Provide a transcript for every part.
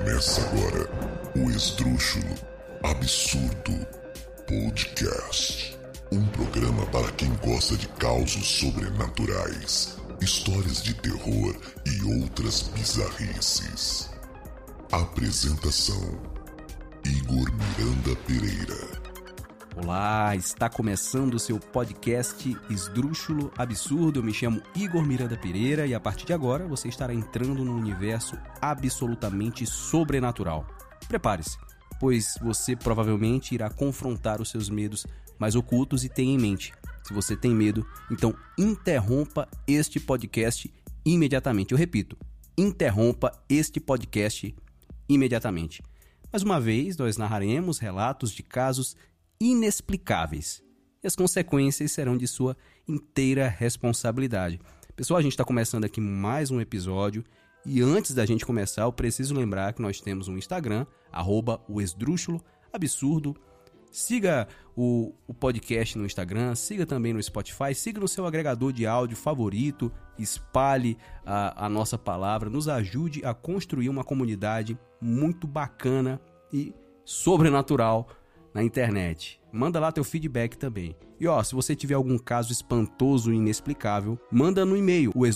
Começa agora o Esdrúxulo Absurdo Podcast. Um programa para quem gosta de causos sobrenaturais, histórias de terror e outras bizarrices. Apresentação: Igor Miranda Pereira. Olá, está começando o seu podcast Esdrúxulo Absurdo. Eu me chamo Igor Miranda Pereira e a partir de agora você estará entrando num universo absolutamente sobrenatural. Prepare-se, pois você provavelmente irá confrontar os seus medos mais ocultos e tenha em mente: se você tem medo, então interrompa este podcast imediatamente. Eu repito, interrompa este podcast imediatamente. Mais uma vez, nós narraremos relatos de casos inexplicáveis e as consequências serão de sua inteira responsabilidade. Pessoal, a gente está começando aqui mais um episódio e antes da gente começar eu preciso lembrar que nós temos um Instagram, @o Esdrúxulo Absurdo. Siga o podcast no Instagram, siga também no Spotify, siga no seu agregador de áudio favorito, espalhe a nossa palavra, nos ajude a construir uma comunidade muito bacana e sobrenatural na internet. Manda lá teu feedback também. E se você tiver algum caso espantoso e inexplicável, manda no e-mail, o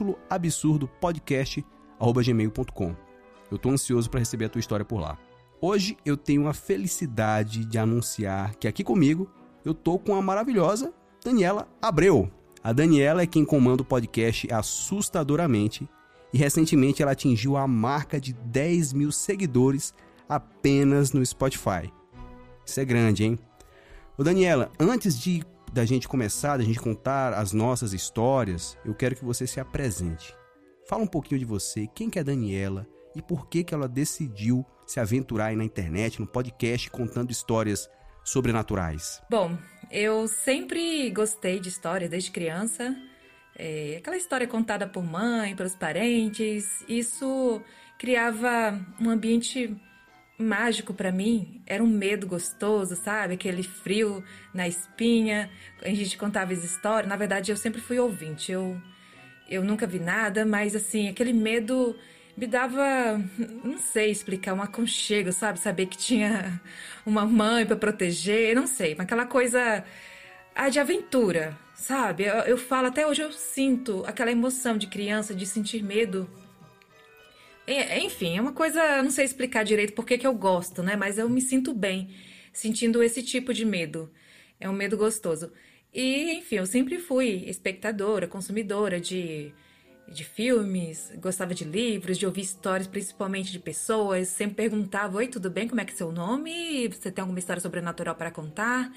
esdrúxuloabsurdo.podcast@gmail.com. Eu tô ansioso para receber a tua história por lá. Hoje eu tenho a felicidade de anunciar que aqui comigo eu tô com a maravilhosa Daniela Abreu. A Daniela é quem comanda o podcast assustadoramente e recentemente ela atingiu a marca de 10 mil seguidores apenas no Spotify. Isso é grande, hein? Ô Daniela, antes da gente começar, da gente contar as nossas histórias, eu quero que você se apresente. Fala um pouquinho de você, quem que é a Daniela e por que ela decidiu se aventurar aí na internet, no podcast, contando histórias sobrenaturais. Bom, eu sempre gostei de história desde criança. Aquela história contada por mãe, pelos parentes, isso criava um ambiente mágico pra mim. Era um medo gostoso, sabe? Aquele frio na espinha. A gente contava as histórias. Na verdade, eu sempre fui ouvinte. Eu nunca vi nada, mas assim, aquele medo me dava, não sei explicar, um aconchego, sabe? Saber que tinha uma mãe pra proteger, não sei. Mas aquela coisa de aventura, sabe? Eu falo, até hoje eu sinto aquela emoção de criança, de sentir medo. Enfim, é uma coisa, não sei explicar direito por que eu gosto, né? Mas eu me sinto bem sentindo esse tipo de medo. É um medo gostoso. E, enfim, eu sempre fui espectadora, consumidora de filmes, gostava de livros, de ouvir histórias, principalmente de pessoas. Sempre perguntava: oi, tudo bem? Como é que é seu nome? Você tem alguma história sobrenatural para contar?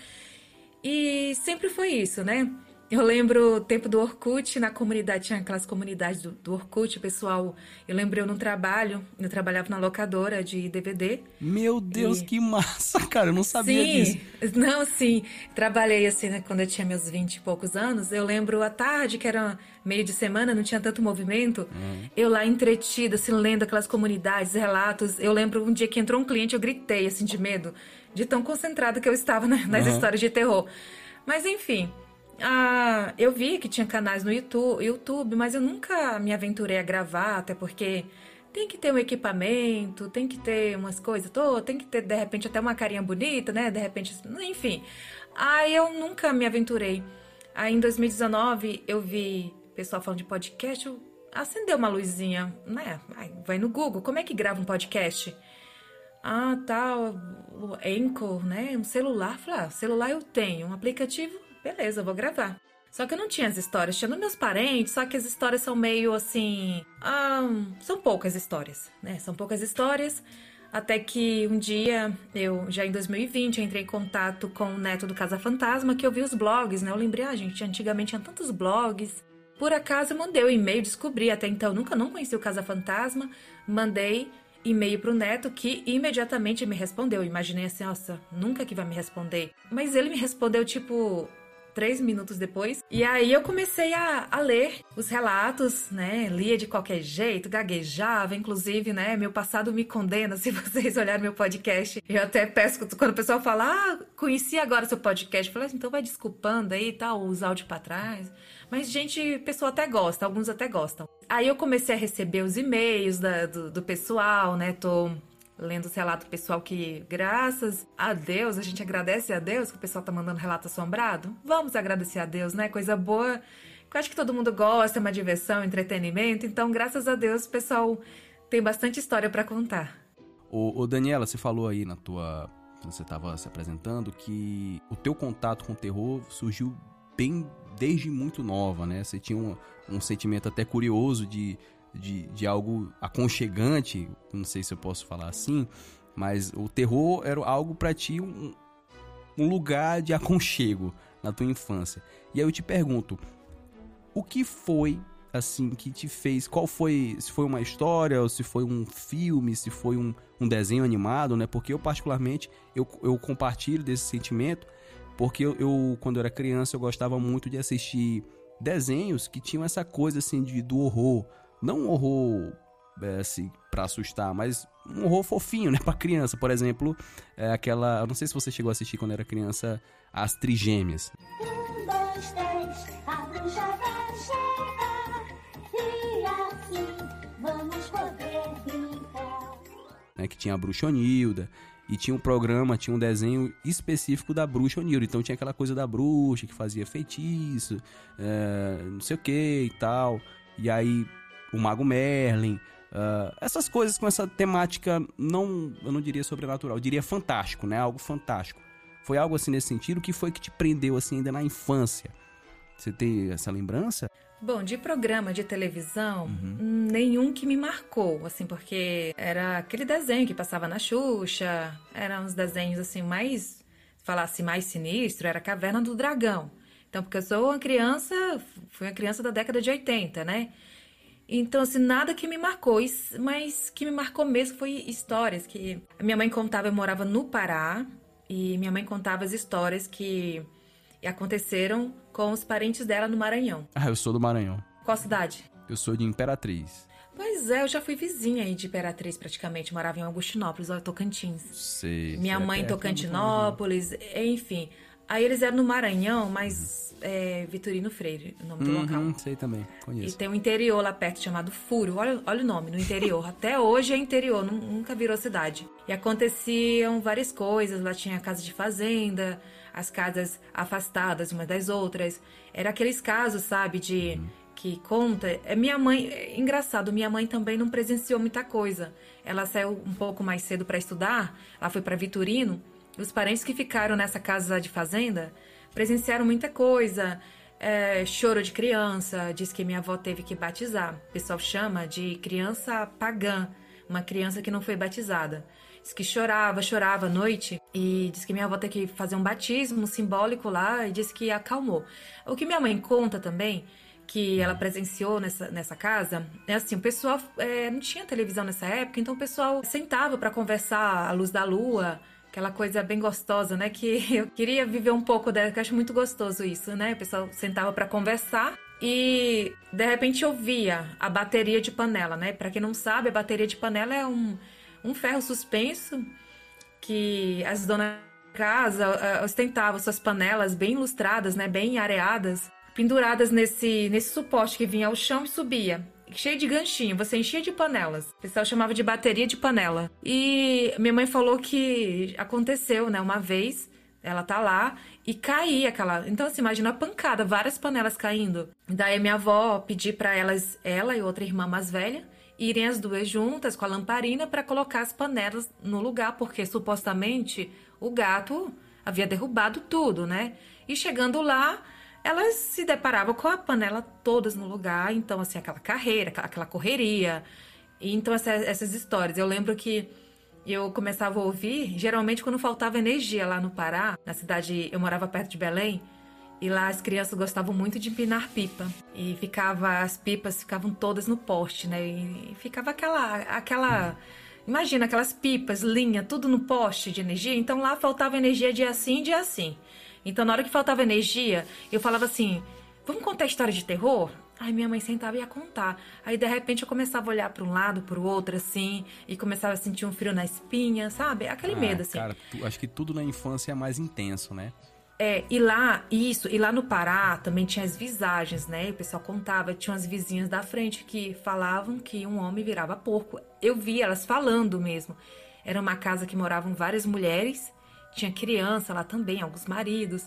E sempre foi isso, né? Eu lembro o tempo do Orkut, na comunidade, tinha aquelas comunidades do Orkut, pessoal. Eu lembro eu trabalhava na locadora de DVD. Meu Deus, que massa, cara, eu não sabia disso. Sim, trabalhei assim, né, quando eu tinha meus 20 e poucos anos. Eu lembro à tarde, que era meio de semana, não tinha tanto movimento. Eu lá entretida, assim, lendo aquelas comunidades, relatos. Eu lembro um dia que entrou um cliente, eu gritei, assim, de medo, de tão concentrada que eu estava nas histórias de terror. Mas, enfim, eu vi que tinha canais no YouTube, mas eu nunca me aventurei a gravar, até porque tem que ter um equipamento, tem que ter umas coisas todas, tem que ter, de repente, até uma carinha bonita, né? De repente, enfim. Aí eu nunca me aventurei. Aí em 2019 eu vi pessoal falando de podcast, acendeu uma luzinha, né? Vai no Google, como é que grava um podcast? O Anchor, né? Um celular. Falei, celular eu tenho, um aplicativo, beleza, eu vou gravar. Só que eu não tinha as histórias, tinha nos meus parentes, só que as histórias são meio assim... são poucas histórias, né? São poucas histórias, até que um dia, já em 2020, eu entrei em contato com o neto do Casa Fantasma, que eu vi os blogs, né? Eu lembrei, gente, antigamente tinha tantos blogs. Por acaso eu mandei o e-mail, descobri, até então não conheci o Casa Fantasma, mandei e-mail pro neto, que imediatamente me respondeu. Eu imaginei assim, nossa, nunca que vai me responder. Mas ele me respondeu, 3 minutos depois. E aí eu comecei a ler os relatos, né? Lia de qualquer jeito, gaguejava, inclusive, né? Meu passado me condena, se vocês olharem meu podcast. Eu até peço, quando o pessoal fala, conheci agora seu podcast, eu falei, então vai desculpando aí, tal, os áudios pra trás. Mas, gente, pessoa até gosta, alguns até gostam. Aí eu comecei a receber os e-mails do pessoal, né? Tô lendo os relatos do pessoal que, graças a Deus, a gente agradece a Deus que o pessoal tá mandando relato assombrado. Vamos agradecer a Deus, né? Coisa boa, que eu acho que todo mundo gosta, é uma diversão, entretenimento. Então, graças a Deus, o pessoal tem bastante história para contar. Ô Daniela, você falou aí quando você estava se apresentando, que o teu contato com o terror surgiu bem desde muito nova, né? Você tinha um sentimento até curioso de algo aconchegante, não sei se eu posso falar assim, mas o terror era algo para ti, um lugar de aconchego na tua infância. E aí eu te pergunto, o que foi assim que te fez, se foi uma história, ou se foi um filme, se foi um desenho animado, né? Porque eu particularmente, eu compartilho desse sentimento, porque eu quando eu era criança, eu gostava muito de assistir desenhos que tinham essa coisa assim do horror, não um horror assim, pra assustar, mas um horror fofinho, né, pra criança. Por exemplo, eu não sei se você chegou a assistir quando era criança, As Trigêmeas. 1, 2, 3, a bruxa vai chegar, e assim vamos poder brincar. Né, que tinha a Bruxa Onilda, e tinha um desenho específico da Bruxa Onilda. Então tinha aquela coisa da bruxa que fazia feitiço, não sei o que e tal. E aí o Mago Merlin, essas coisas com essa temática, eu não diria sobrenatural, eu diria fantástico, né? Algo fantástico. Foi algo assim nesse sentido. O que foi que te prendeu assim ainda na infância? Você tem essa lembrança? Bom, de programa de televisão, nenhum que me marcou, assim, porque era aquele desenho que passava na Xuxa, eram uns desenhos, assim, mais, se falasse mais sinistro, era Caverna do Dragão. Então, porque eu sou fui uma criança da década de 80, né? Então, assim, nada que me marcou, mas que me marcou mesmo foi histórias que a minha mãe contava. Eu morava no Pará, e minha mãe contava as histórias que aconteceram com os parentes dela no Maranhão. Ah, eu sou do Maranhão. Qual cidade? Eu sou de Imperatriz. Pois é, eu já fui vizinha aí de Imperatriz praticamente, morava em Augustinópolis, Tocantins. Sei. Minha mãe em Tocantinópolis, enfim. Aí eles eram no Maranhão, mas Vitorino Freire, o nome do local. Sei também, conheço. E tem um interior lá perto chamado Furo, olha o nome, no interior. Até hoje é interior, nunca virou cidade. E aconteciam várias coisas, lá tinha casa de fazenda, as casas afastadas umas das outras. Era aqueles casos, sabe, que conta. Minha mãe, engraçado, minha mãe também não presenciou muita coisa. Ela saiu um pouco mais cedo para estudar, ela foi para Vitorino. Os parentes que ficaram nessa casa de fazenda presenciaram muita coisa. Choro de criança, diz que minha avó teve que batizar. O pessoal chama de criança pagã, uma criança que não foi batizada. Diz que chorava à noite, e diz que minha avó teve que fazer um batismo simbólico lá, e diz que acalmou. O que minha mãe conta também, que ela presenciou nessa casa, é assim, o pessoal não tinha televisão nessa época, então o pessoal sentava para conversar à luz da lua, aquela coisa bem gostosa, né, que eu queria viver um pouco dela, que eu acho muito gostoso isso, né, o pessoal sentava para conversar e de repente eu via a bateria de panela, né, para quem não sabe, a bateria de panela é um ferro suspenso que as donas de casa ostentavam suas panelas bem lustradas, né, bem areadas, penduradas nesse suporte que vinha ao chão e subia, cheio de ganchinho, você enchia de panelas. O pessoal chamava de bateria de panela. E minha mãe falou que aconteceu, né, uma vez, ela tá lá e caía aquela... Então, assim, imagina a pancada, várias panelas caindo. Daí minha avó pediu pra ela e outra irmã mais velha, irem as duas juntas com a lamparina para colocar as panelas no lugar, porque supostamente o gato havia derrubado tudo, né? E chegando lá, elas se deparavam com a panela todas no lugar, então, assim, aquela carreira, aquela correria. E, então, essas histórias. Eu lembro que eu começava a ouvir, geralmente quando faltava energia lá no Pará, na cidade, eu morava perto de Belém, e lá as crianças gostavam muito de empinar pipa. E as pipas ficavam todas no poste, né? E ficava aquela... Imagina, aquelas pipas, linha, tudo no poste de energia. Então lá faltava energia dia sim, dia sim. Então na hora que faltava energia, eu falava assim, vamos contar história de terror? Aí minha mãe sentava e ia contar. Aí de repente eu começava a olhar para um lado, para o outro, assim, e começava a sentir um frio na espinha, sabe? Aquele medo, assim. Cara, acho que tudo na infância é mais intenso, né? E lá no Pará também tinha as visagens, né? O pessoal contava, tinha umas vizinhas da frente que falavam que um homem virava porco. Eu vi elas falando mesmo. Era uma casa que moravam várias mulheres, tinha criança lá também, alguns maridos.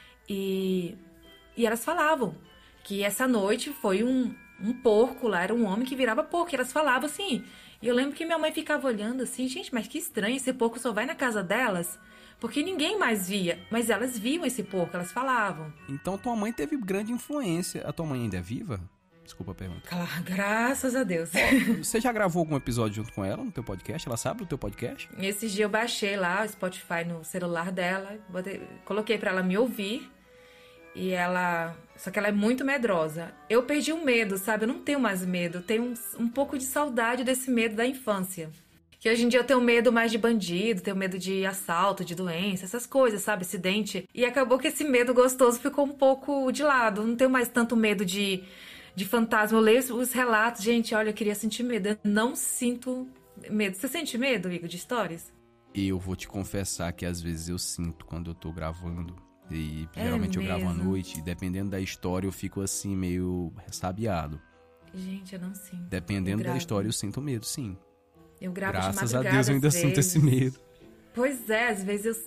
E elas falavam que essa noite foi um porco lá, era um homem que virava porco. E elas falavam assim. E eu lembro que minha mãe ficava olhando assim, gente, mas que estranho, esse porco só vai na casa delas? Porque ninguém mais via. Mas elas viam esse porco, elas falavam. Então tua mãe teve grande influência. A tua mãe ainda é viva? Desculpa a pergunta. Claro, graças a Deus. Você já gravou algum episódio junto com ela no teu podcast? Ela sabe do teu podcast? Esse dia eu baixei lá o Spotify no celular dela, coloquei pra ela me ouvir. E ela... Só que ela é muito medrosa. Eu perdi o medo, sabe? Eu não tenho mais medo. Eu tenho um pouco de saudade desse medo da infância. Que hoje em dia eu tenho medo mais de bandido, tenho medo de assalto, de doença, essas coisas, sabe? Acidente. E acabou que esse medo gostoso ficou um pouco de lado. Não tenho mais tanto medo de fantasma. Eu leio os relatos. Gente, olha, eu queria sentir medo. Eu não sinto medo. Você sente medo, Igor, de histórias? Eu vou te confessar que às vezes eu sinto quando eu tô gravando. E geralmente eu gravo à noite. E dependendo da história eu fico assim meio ressabiado. Gente, eu não sinto. Dependendo da história eu sinto medo, sim. Eu gravo Graças de madrugada, a Deus eu ainda às sinto vezes. esse medo. Pois é, às vezes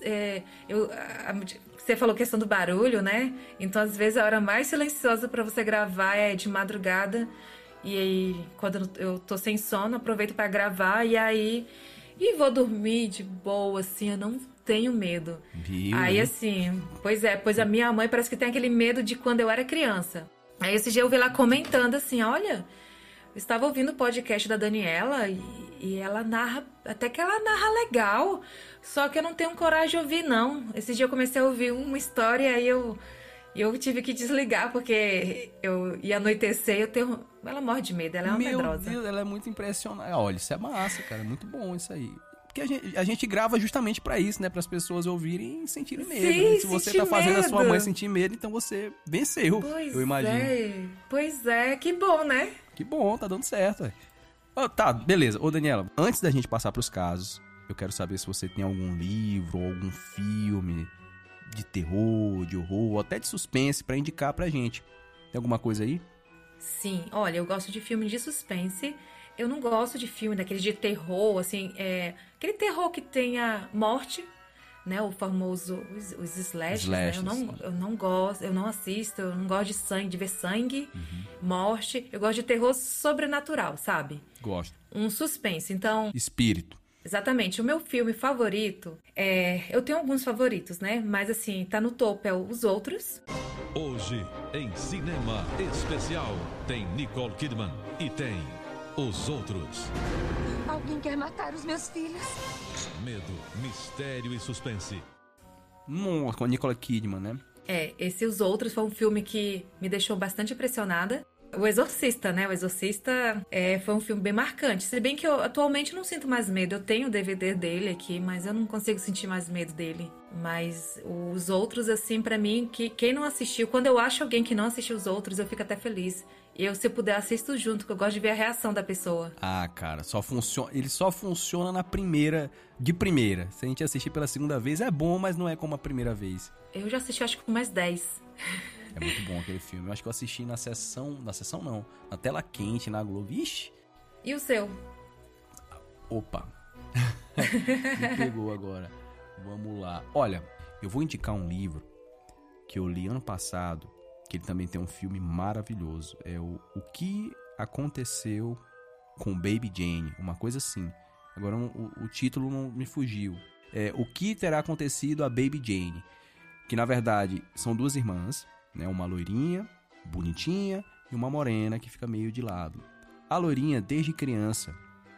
você falou questão do barulho, né? Então, às vezes, a hora mais silenciosa pra você gravar é de madrugada. E aí, quando eu tô sem sono, aproveito pra gravar. E vou dormir de boa, assim, eu não tenho medo. Viu, aí, hein? assim, pois a minha mãe parece que tem aquele medo de quando eu era criança. Aí, esse dia eu vi ela comentando assim, olha... Eu estava ouvindo o podcast da Daniela e ela narra, até que ela narra legal, só que eu não tenho coragem de ouvir, não. Esse dia eu comecei a ouvir uma história e eu tive que desligar, porque eu ia anoitecer, ela morre de medo, ela é uma medrosa. Meu Deus, ela é muito impressionante. Olha, isso é massa, cara, é muito bom isso aí. Porque a gente grava justamente pra isso, né? Para as pessoas ouvirem e sentirem medo. Sim, né? Se você tá fazendo medo. a sua mãe sentir medo, então você venceu, eu imagino. Pois é, que bom, né? Que bom, tá dando certo. Tá, beleza. Ô, Daniela, antes da gente passar pros casos, eu quero saber se você tem algum livro ou algum filme de terror, de horror, ou até de suspense pra indicar pra gente. Tem alguma coisa aí? Sim, olha, eu gosto de filme de suspense. Eu não gosto de filme daquele de terror, assim, aquele terror que tenha morte, né? O famoso, os slashers, né? Eu não gosto, eu não assisto, eu não gosto de sangue, de ver sangue, morte. Eu gosto de terror sobrenatural, sabe? Gosto. Um suspense, então... Espírito. Exatamente. O meu filme favorito eu tenho alguns favoritos, né? Mas, assim, tá no topo, é Os Outros. Hoje, em Cinema Especial, tem Nicole Kidman e tem Os Outros. Alguém quer matar os meus filhos? Medo, mistério e suspense. Com a Nicole Kidman, né? Esse Os Outros foi um filme que me deixou bastante impressionada. O Exorcista, né? O Exorcista foi um filme bem marcante. Se bem que eu atualmente não sinto mais medo. Eu tenho o DVD dele aqui, mas eu não consigo sentir mais medo dele. Mas Os Outros, assim, pra mim, quem não assistiu... Quando eu acho alguém que não assistiu Os Outros, eu fico até feliz. Se eu puder, assisto junto, porque eu gosto de ver a reação da pessoa. Ah, cara, ele só funciona de primeira. Se a gente assistir pela segunda vez, é bom, mas não é como a primeira vez. Eu já assisti, acho que com mais 10. É muito bom aquele filme. Eu acho que eu assisti na sessão não, na tela quente, na Globo. Ixi! E o seu? Opa! Me pegou agora. Vamos lá. Olha, eu vou indicar um livro que eu li ano passado, que ele também tem um filme maravilhoso. É o que aconteceu com Baby Jane, uma coisa assim. Agora o título não me fugiu. O que terá acontecido a Baby Jane, que na verdade são duas irmãs, né? Uma loirinha, bonitinha, e uma morena que fica meio de lado. A loirinha, desde criança,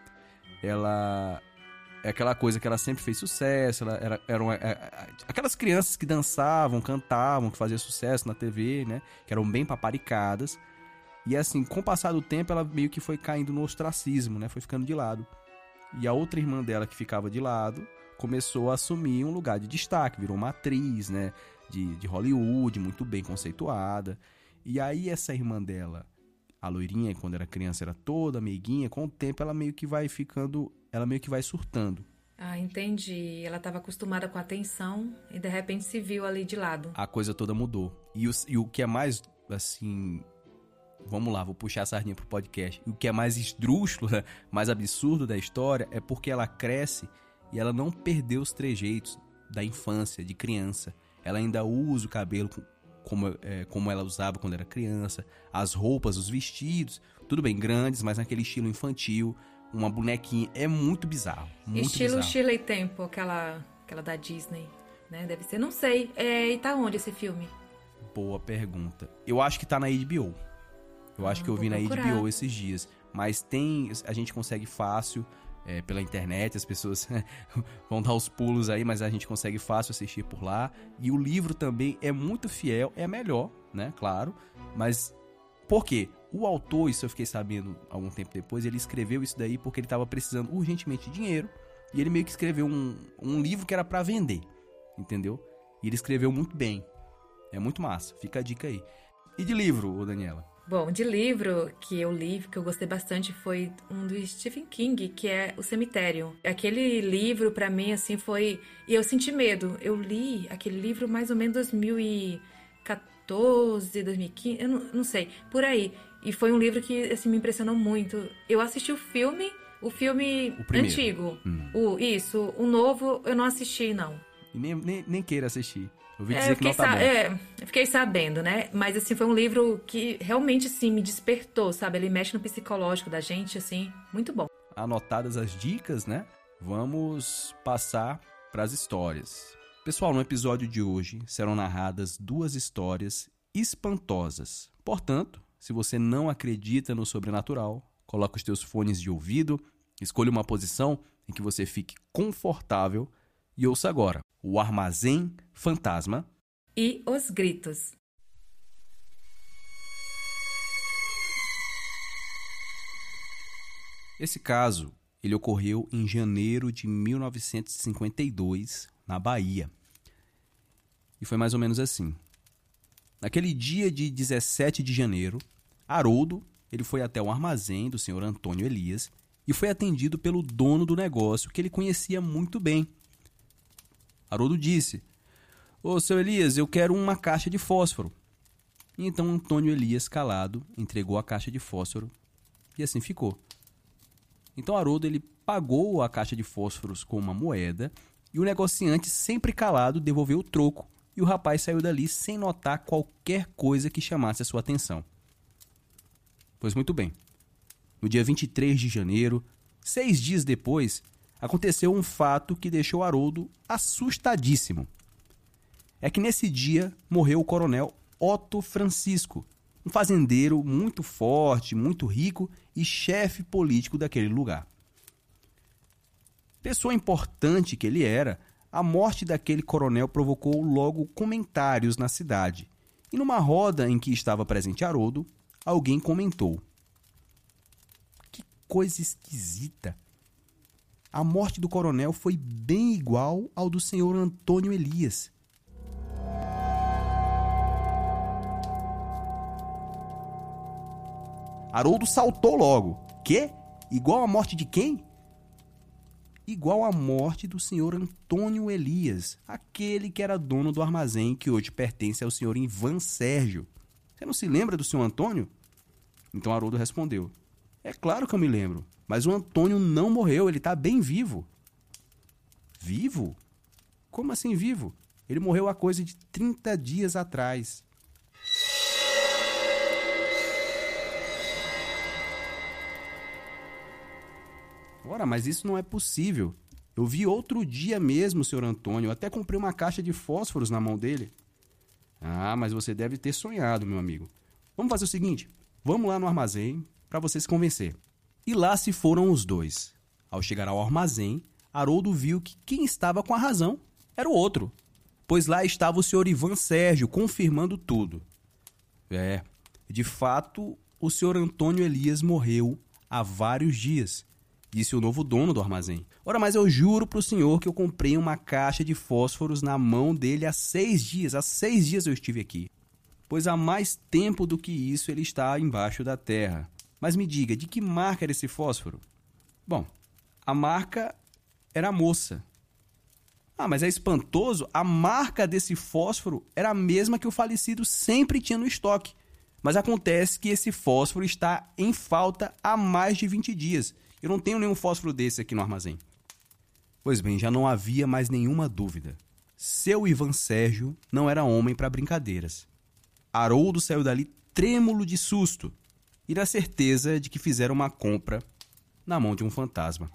ela é aquela coisa que ela sempre fez sucesso. Ela aquelas crianças que dançavam, cantavam, que faziam sucesso na TV, né? Que eram bem paparicadas. E assim, com o passar do tempo, ela meio que foi caindo no ostracismo, né? Foi ficando de lado. E a outra irmã dela, que ficava de lado, começou a assumir um lugar de destaque. Virou uma atriz, né? De Hollywood, muito bem conceituada. E aí essa irmã dela, a loirinha, quando era criança, era toda meiguinha. Com o tempo, ela meio que vai surtando. Ah, entendi. Ela estava acostumada com a atenção e de repente se viu ali de lado. A coisa toda mudou. E o que é mais, assim... Vamos lá, vou puxar a sardinha pro podcast. E o que é mais esdrúxulo, mais absurdo da história, é porque ela cresce e ela não perdeu os trejeitos da infância, de criança. Ela ainda usa o cabelo como ela usava quando era criança, as roupas, os vestidos, tudo bem, grandes, mas naquele estilo infantil, uma bonequinha. É muito bizarro, muito Estilo bizarro. Shirley Temple, aquela da Disney, né? Deve ser, não sei. E tá onde esse filme? Boa pergunta. Eu acho que tá na HBO. Eu acho que eu vi na procurar. HBO esses dias. Mas a gente consegue fácil pela internet, as pessoas vão dar os pulos aí, mas a gente consegue fácil assistir por lá. E o livro também é muito fiel, é melhor, né? Claro. Mas por quê? O autor, isso eu fiquei sabendo algum tempo depois, ele escreveu isso daí porque ele estava precisando urgentemente de dinheiro. E ele meio que escreveu um livro que era para vender, entendeu? E ele escreveu muito bem. É muito massa, fica a dica aí. E de livro, Daniela? Bom, de livro que eu li, que eu gostei bastante, foi um do Stephen King, que é O Cemitério. Aquele livro, pra mim, assim, foi... E eu senti medo. Eu li aquele livro mais ou menos em 2014, 2015, eu não sei, por aí. E foi um livro que, assim, me impressionou muito. Eu assisti o filme antigo. Isso, o novo eu não assisti, não. E nem queira assistir. Eu ouvi dizer que não tá bom. Eu fiquei sabendo, né? Mas, assim, foi um livro que realmente, assim, me despertou, sabe? Ele mexe no psicológico da gente, assim, muito bom. Anotadas as dicas, né? Vamos passar para as histórias. Pessoal, no episódio de hoje serão narradas 2 histórias espantosas. Portanto, se você não acredita no sobrenatural, coloque os teus fones de ouvido, escolha uma posição em que você fique confortável e ouça agora O Armazém Fantasma E Os Gritos. Esse caso, ele ocorreu em janeiro de 1952, na Bahia. E foi mais ou menos assim. Naquele dia de 17 de janeiro, Haroldo, ele foi até o armazém do senhor Antônio Elias e foi atendido pelo dono do negócio, que ele conhecia muito bem. Haroldo disse: "Ô, seu Elias, eu quero uma caixa de fósforo." E então Antônio Elias, calado, entregou a caixa de fósforo e assim ficou. Então Haroldo, ele pagou a caixa de fósforos com uma moeda e o negociante, sempre calado, devolveu o troco e o rapaz saiu dali sem notar qualquer coisa que chamasse a sua atenção. Pois muito bem. No dia 23 de janeiro, 6 dias depois, aconteceu um fato que deixou Haroldo assustadíssimo. É que nesse dia morreu o coronel Otto Francisco, um fazendeiro muito forte, muito rico e chefe político daquele lugar. Pessoa importante que ele era, a morte daquele coronel provocou logo comentários na cidade. E numa roda em que estava presente Haroldo, alguém comentou: "Que coisa esquisita! A morte do coronel foi bem igual ao do senhor Antônio Elias." Haroldo saltou logo. "Quê? Igual à morte de quem?" "Igual à morte do senhor Antônio Elias, aquele que era dono do armazém que hoje pertence ao senhor Ivan Sérgio. Você não se lembra do senhor Antônio?" Então Haroldo respondeu: "É claro que eu me lembro, mas o Antônio não morreu, ele está bem vivo." "Vivo? Como assim vivo? Ele morreu há coisa de 30 dias atrás." "Ora, mas isso não é possível. Eu vi outro dia mesmo o senhor Antônio, eu até comprei uma caixa de fósforos na mão dele." "Ah, mas você deve ter sonhado, meu amigo. Vamos fazer o seguinte, vamos lá no armazém para você se convencer." E lá se foram os dois. Ao chegar ao armazém, Haroldo viu que quem estava com a razão era o outro, pois lá estava o senhor Ivan Sérgio confirmando tudo. De fato, o senhor Antônio Elias morreu há vários dias, disse o novo dono do armazém. "Ora, mas eu juro pro senhor que eu comprei uma caixa de fósforos na mão dele há 6 dias. Há 6 dias eu estive aqui. Pois há mais tempo do que isso ele está embaixo da terra. Mas me diga, de que marca era esse fósforo?" "Bom, a marca era a moça." "Ah, mas é espantoso. A marca desse fósforo era a mesma que o falecido sempre tinha no estoque. Mas acontece que esse fósforo está em falta há mais de 20 dias. Eu não tenho nenhum fósforo desse aqui no armazém." Pois bem, já não havia mais nenhuma dúvida. Seu Ivan Sérgio não era homem para brincadeiras. Haroldo saiu dali trêmulo de susto e na certeza de que fizeram uma compra na mão de um fantasma.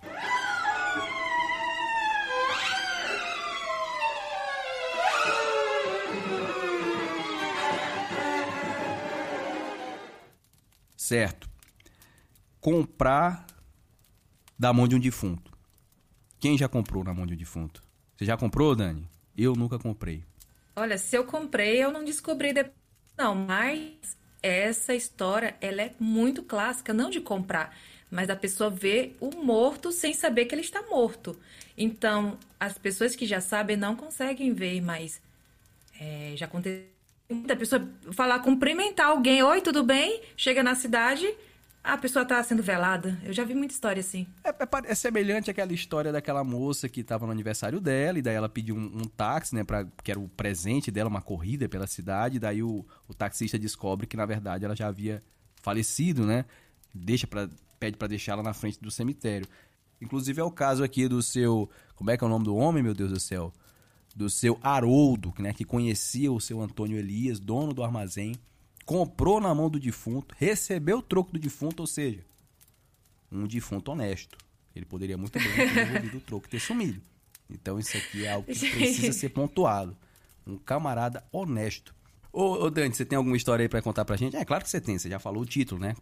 Certo. Comprar da mão de um defunto. Quem já comprou na mão de um defunto? Você já comprou, Dani? Eu nunca comprei. Olha, se eu comprei, eu não descobri depois. Não, mas essa história, ela é muito clássica, não de comprar, mas da pessoa ver o morto sem saber que ele está morto. Então, as pessoas que já sabem não conseguem ver, mas já aconteceu. A pessoa falar, cumprimentar alguém, oi, tudo bem? Chega na cidade, a pessoa tá sendo velada. Eu já vi muita história assim. É semelhante àquela história daquela moça que estava no aniversário dela, e daí ela pediu um táxi, né, que era o presente dela, uma corrida pela cidade, e daí o taxista descobre que, na verdade, ela já havia falecido, né? Pede pra deixá-la na frente do cemitério. Inclusive é o caso aqui do seu... Como é que é o nome do homem, meu Deus do céu? Do seu Haroldo, né, que conhecia o seu Antônio Elias, dono do armazém, comprou na mão do defunto, recebeu o troco do defunto, ou seja, um defunto honesto. Ele poderia muito bem ter devolvido o troco e ter sumido. Então isso aqui é algo que precisa ser pontuado. Um camarada honesto. Ô Dani, você tem alguma história aí pra contar pra gente? É claro que você tem, você já falou o título, né?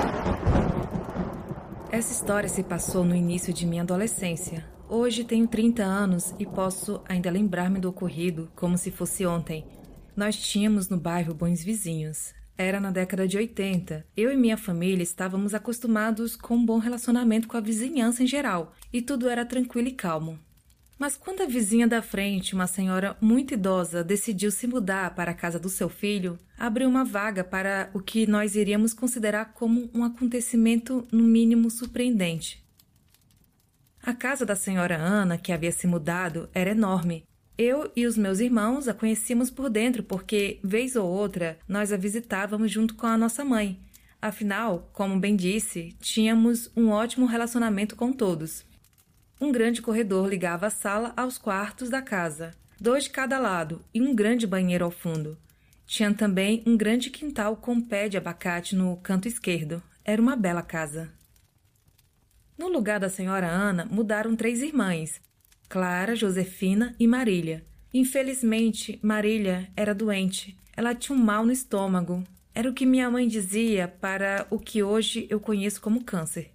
Essa história se passou no início de minha adolescência. Hoje tenho 30 anos e posso ainda lembrar-me do ocorrido como se fosse ontem. Nós tínhamos no bairro bons vizinhos. Era na década de 80. Eu e minha família estávamos acostumados com um bom relacionamento com a vizinhança em geral, e tudo era tranquilo e calmo. Mas quando a vizinha da frente, uma senhora muito idosa, decidiu se mudar para a casa do seu filho, abriu uma vaga para o que nós iríamos considerar como um acontecimento no mínimo surpreendente. A casa da senhora Ana, que havia se mudado, era enorme. Eu e os meus irmãos a conhecíamos por dentro porque, vez ou outra, nós a visitávamos junto com a nossa mãe. Afinal, como bem disse, tínhamos um ótimo relacionamento com todos. Um grande corredor ligava a sala aos quartos da casa, 2 de cada lado e um grande banheiro ao fundo. Tinha também um grande quintal com pé de abacate no canto esquerdo. Era uma bela casa. No lugar da senhora Ana, mudaram 3 irmãs, Clara, Josefina e Marília. Infelizmente, Marília era doente. Ela tinha um mal no estômago. Era o que minha mãe dizia para o que hoje eu conheço como câncer.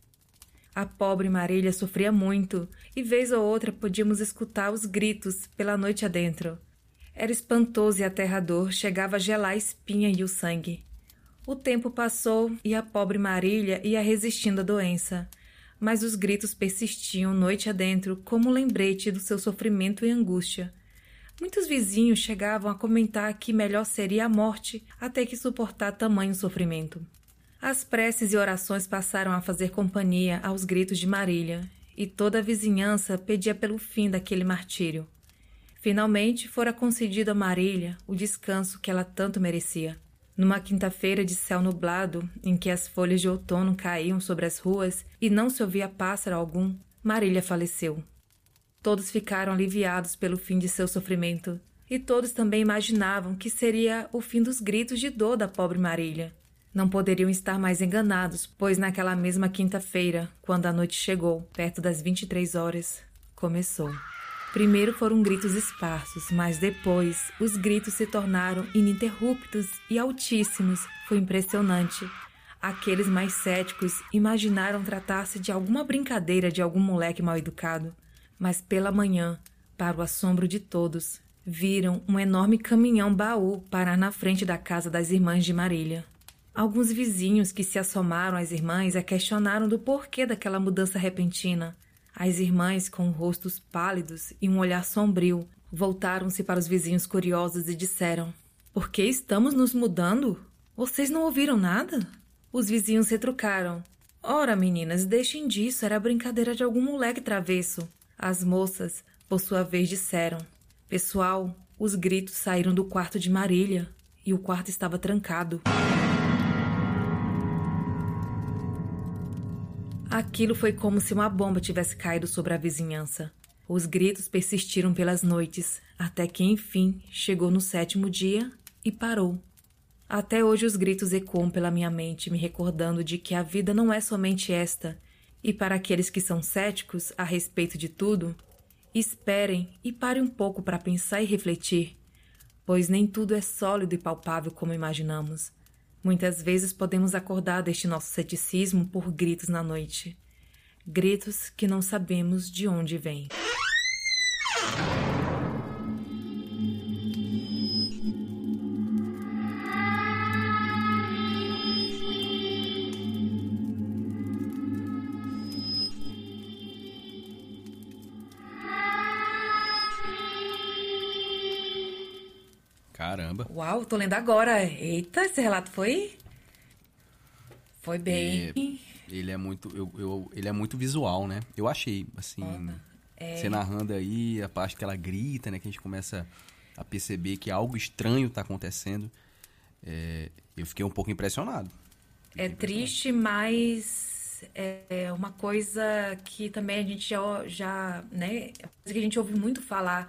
A pobre Marília sofria muito, e vez ou outra podíamos escutar os gritos pela noite adentro. Era espantoso e aterrador, chegava a gelar a espinha e o sangue. O tempo passou e a pobre Marília ia resistindo à doença. Mas os gritos persistiam noite adentro como lembrete do seu sofrimento e angústia. Muitos vizinhos chegavam a comentar que melhor seria a morte até que suportar tamanho sofrimento. As preces e orações passaram a fazer companhia aos gritos de Marília, e toda a vizinhança pedia pelo fim daquele martírio. Finalmente fora concedido a Marília o descanso que ela tanto merecia. Numa quinta-feira de céu nublado, em que as folhas de outono caíam sobre as ruas e não se ouvia pássaro algum, Marília faleceu. Todos ficaram aliviados pelo fim de seu sofrimento, e todos também imaginavam que seria o fim dos gritos de dor da pobre Marília. Não poderiam estar mais enganados, pois naquela mesma quinta-feira, quando a noite chegou, perto das 23 horas, começou. Primeiro foram gritos esparsos, mas depois os gritos se tornaram ininterruptos e altíssimos. Foi impressionante. Aqueles mais céticos imaginaram tratar-se de alguma brincadeira de algum moleque mal-educado. Mas pela manhã, para o assombro de todos, viram um enorme caminhão-baú parar na frente da casa das irmãs de Marília. Alguns vizinhos que se assomaram às irmãs a questionaram do porquê daquela mudança repentina. As irmãs, com rostos pálidos e um olhar sombrio, voltaram-se para os vizinhos curiosos e disseram: "Por que estamos nos mudando? Vocês não ouviram nada?" Os vizinhos retrucaram: "Ora, meninas, deixem disso, era brincadeira de algum moleque travesso." As moças, por sua vez, disseram: "Pessoal, os gritos saíram do quarto de Marília e o quarto estava trancado." Aquilo foi como se uma bomba tivesse caído sobre a vizinhança. Os gritos persistiram pelas noites, até que enfim chegou no 7º dia e parou. Até hoje os gritos ecoam pela minha mente, me recordando de que a vida não é somente esta, e para aqueles que são céticos a respeito de tudo, esperem e parem um pouco para pensar e refletir, pois nem tudo é sólido e palpável como imaginamos. Muitas vezes podemos acordar deste nosso ceticismo por gritos na noite. Gritos que não sabemos de onde vêm. Caramba. Uau, tô lendo agora. Eita, esse relato foi bem... Ele é muito, ele é muito visual, né? Eu achei, assim, você narrando aí, a parte que ela grita, né? Que a gente começa a perceber que algo estranho tá acontecendo. Eu fiquei um pouco impressionado. É triste, mas é uma coisa que também a gente já né? É uma coisa que a gente ouve muito falar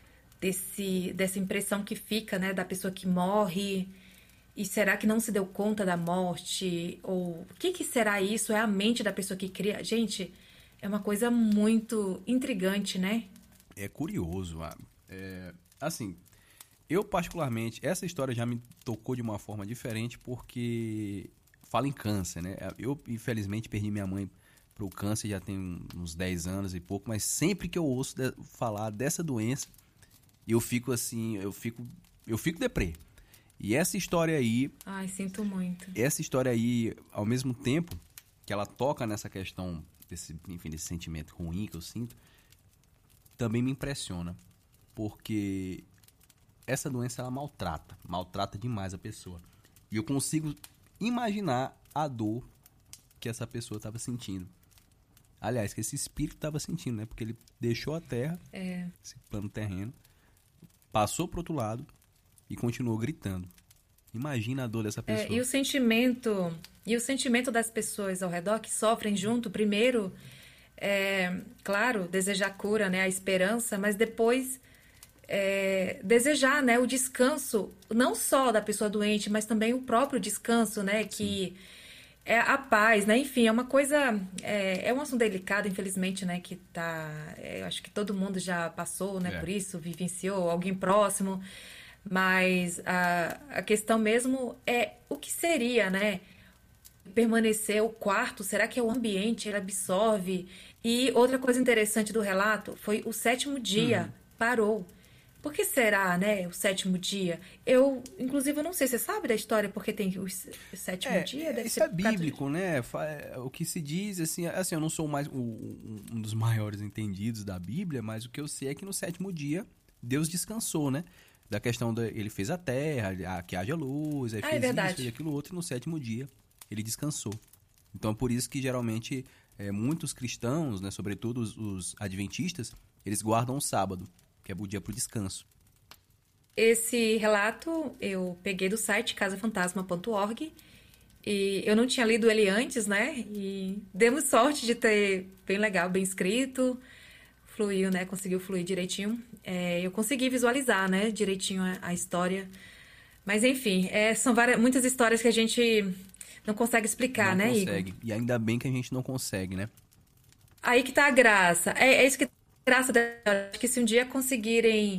dessa impressão que fica, né? Da pessoa que morre. E será que não se deu conta da morte? Ou o que será isso? É a mente da pessoa que cria? Gente, é uma coisa muito intrigante, né? É curioso. Assim, eu particularmente, essa história já me tocou de uma forma diferente porque fala em câncer, né? Eu, infelizmente, perdi minha mãe pro câncer já tem uns 10 anos e pouco, mas sempre que eu ouço falar dessa doença, eu fico assim, eu fico deprê. E essa história aí... Ai, sinto muito. Essa história aí, ao mesmo tempo que ela toca nessa questão desse sentimento ruim que eu sinto, também me impressiona. Porque essa doença, ela maltrata demais a pessoa. E eu consigo imaginar a dor que essa pessoa estava sentindo. Aliás, que esse espírito estava sentindo, né? Porque ele deixou a Terra, esse plano terreno, passou para o outro lado, e continuou gritando. Imagina a dor dessa pessoa. E o sentimento das pessoas ao redor que sofrem junto, primeiro, claro, desejar a cura, né, a esperança, mas depois desejar, né, o descanso, não só da pessoa doente, mas também o próprio descanso, né, que é a paz, né, enfim, é uma coisa, é um assunto delicado, infelizmente, né, que eu acho que todo mundo já passou, né, por isso, vivenciou, alguém próximo. Mas a questão mesmo é o que seria, né? Permanecer o quarto, será que é o ambiente, ele absorve? E outra coisa interessante do relato foi o 7º dia, parou. Por que será, né, o 7º dia? Inclusive, eu não sei, você sabe da história porque tem o 7º dia? Deve isso ser é bíblico, né? O que se diz, assim, eu não sou mais um dos maiores entendidos da Bíblia, mas o que eu sei é que no 7º dia, Deus descansou, né? Da questão ele fez a terra, que haja luz, aí fez isso, fez aquilo outro, e no 7º dia ele descansou. Então é por isso que geralmente muitos cristãos, né, sobretudo os adventistas, eles guardam o sábado, que é o dia para o descanso. Esse relato eu peguei do site casafantasma.org e eu não tinha lido ele antes, né? E demos sorte de ter bem legal, bem escrito, fluiu, né? Conseguiu fluir direitinho. Eu consegui visualizar, né, direitinho a história. Mas, enfim, são muitas histórias que a gente não consegue explicar, não né, consegue. Igor? E ainda bem que a gente não consegue, né? Aí que tá a graça. É isso que tá a graça dela. Acho que se um dia conseguirem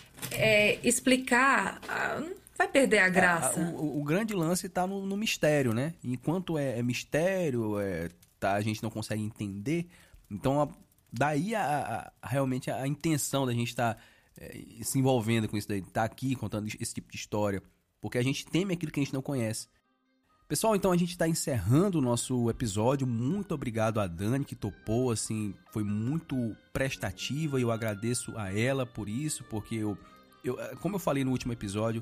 explicar, vai perder a graça. O grande lance tá no mistério, né? Enquanto é mistério, a gente não consegue entender, então... Daí realmente a intenção da gente estar se envolvendo com isso daí, estar aqui contando esse tipo de história, porque a gente teme aquilo que a gente não conhece. Pessoal, então a gente está encerrando o nosso episódio. Muito obrigado a Dani que topou, assim, foi muito prestativa e eu agradeço a ela por isso, porque como eu falei no último episódio,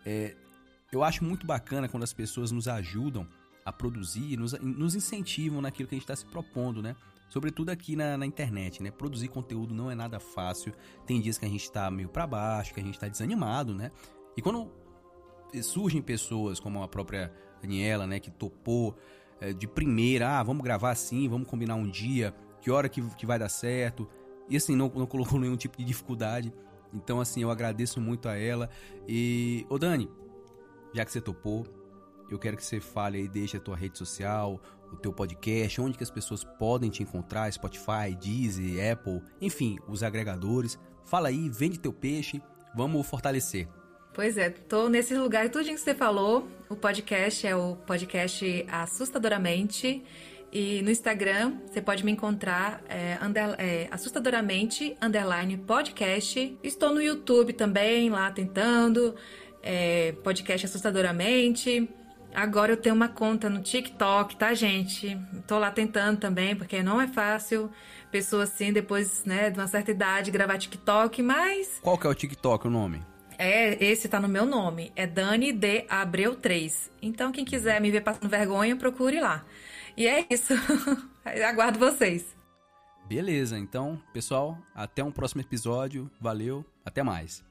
eu acho muito bacana quando as pessoas nos ajudam a produzir, nos incentivam naquilo que a gente está se propondo, né? Sobretudo aqui na internet, né? Produzir conteúdo não é nada fácil. Tem dias que a gente tá meio pra baixo, que a gente tá desanimado, né? E quando surgem pessoas como a própria Daniela, né? Que topou de primeira, vamos gravar assim, vamos combinar um dia, que hora que vai dar certo. e assim, não colocou nenhum tipo de dificuldade. Então, assim, eu agradeço muito a ela. E, ô Dani, já que você topou, eu quero que você fale aí, deixe a tua rede social, o teu podcast, onde que as pessoas podem te encontrar, Spotify, Deezer, Apple, enfim, os agregadores. Fala aí, vende teu peixe, vamos fortalecer. Pois é, tô nesse lugar, tudinho que você falou. O podcast é o podcast Assustadoramente. E no Instagram, você pode me encontrar assustadoramente _podcast. Estou no YouTube também, lá tentando, podcast Assustadoramente. Agora eu tenho uma conta no TikTok, tá, gente? Tô lá tentando também, porque não é fácil pessoa assim, depois, né, de uma certa idade, gravar TikTok, mas... Qual que é o TikTok, o nome? Esse tá no meu nome, é Dani D. Abreu 3. Então, quem quiser me ver passando vergonha, procure lá. E é isso. Aguardo vocês. Beleza, então, pessoal, até um próximo episódio. Valeu, até mais.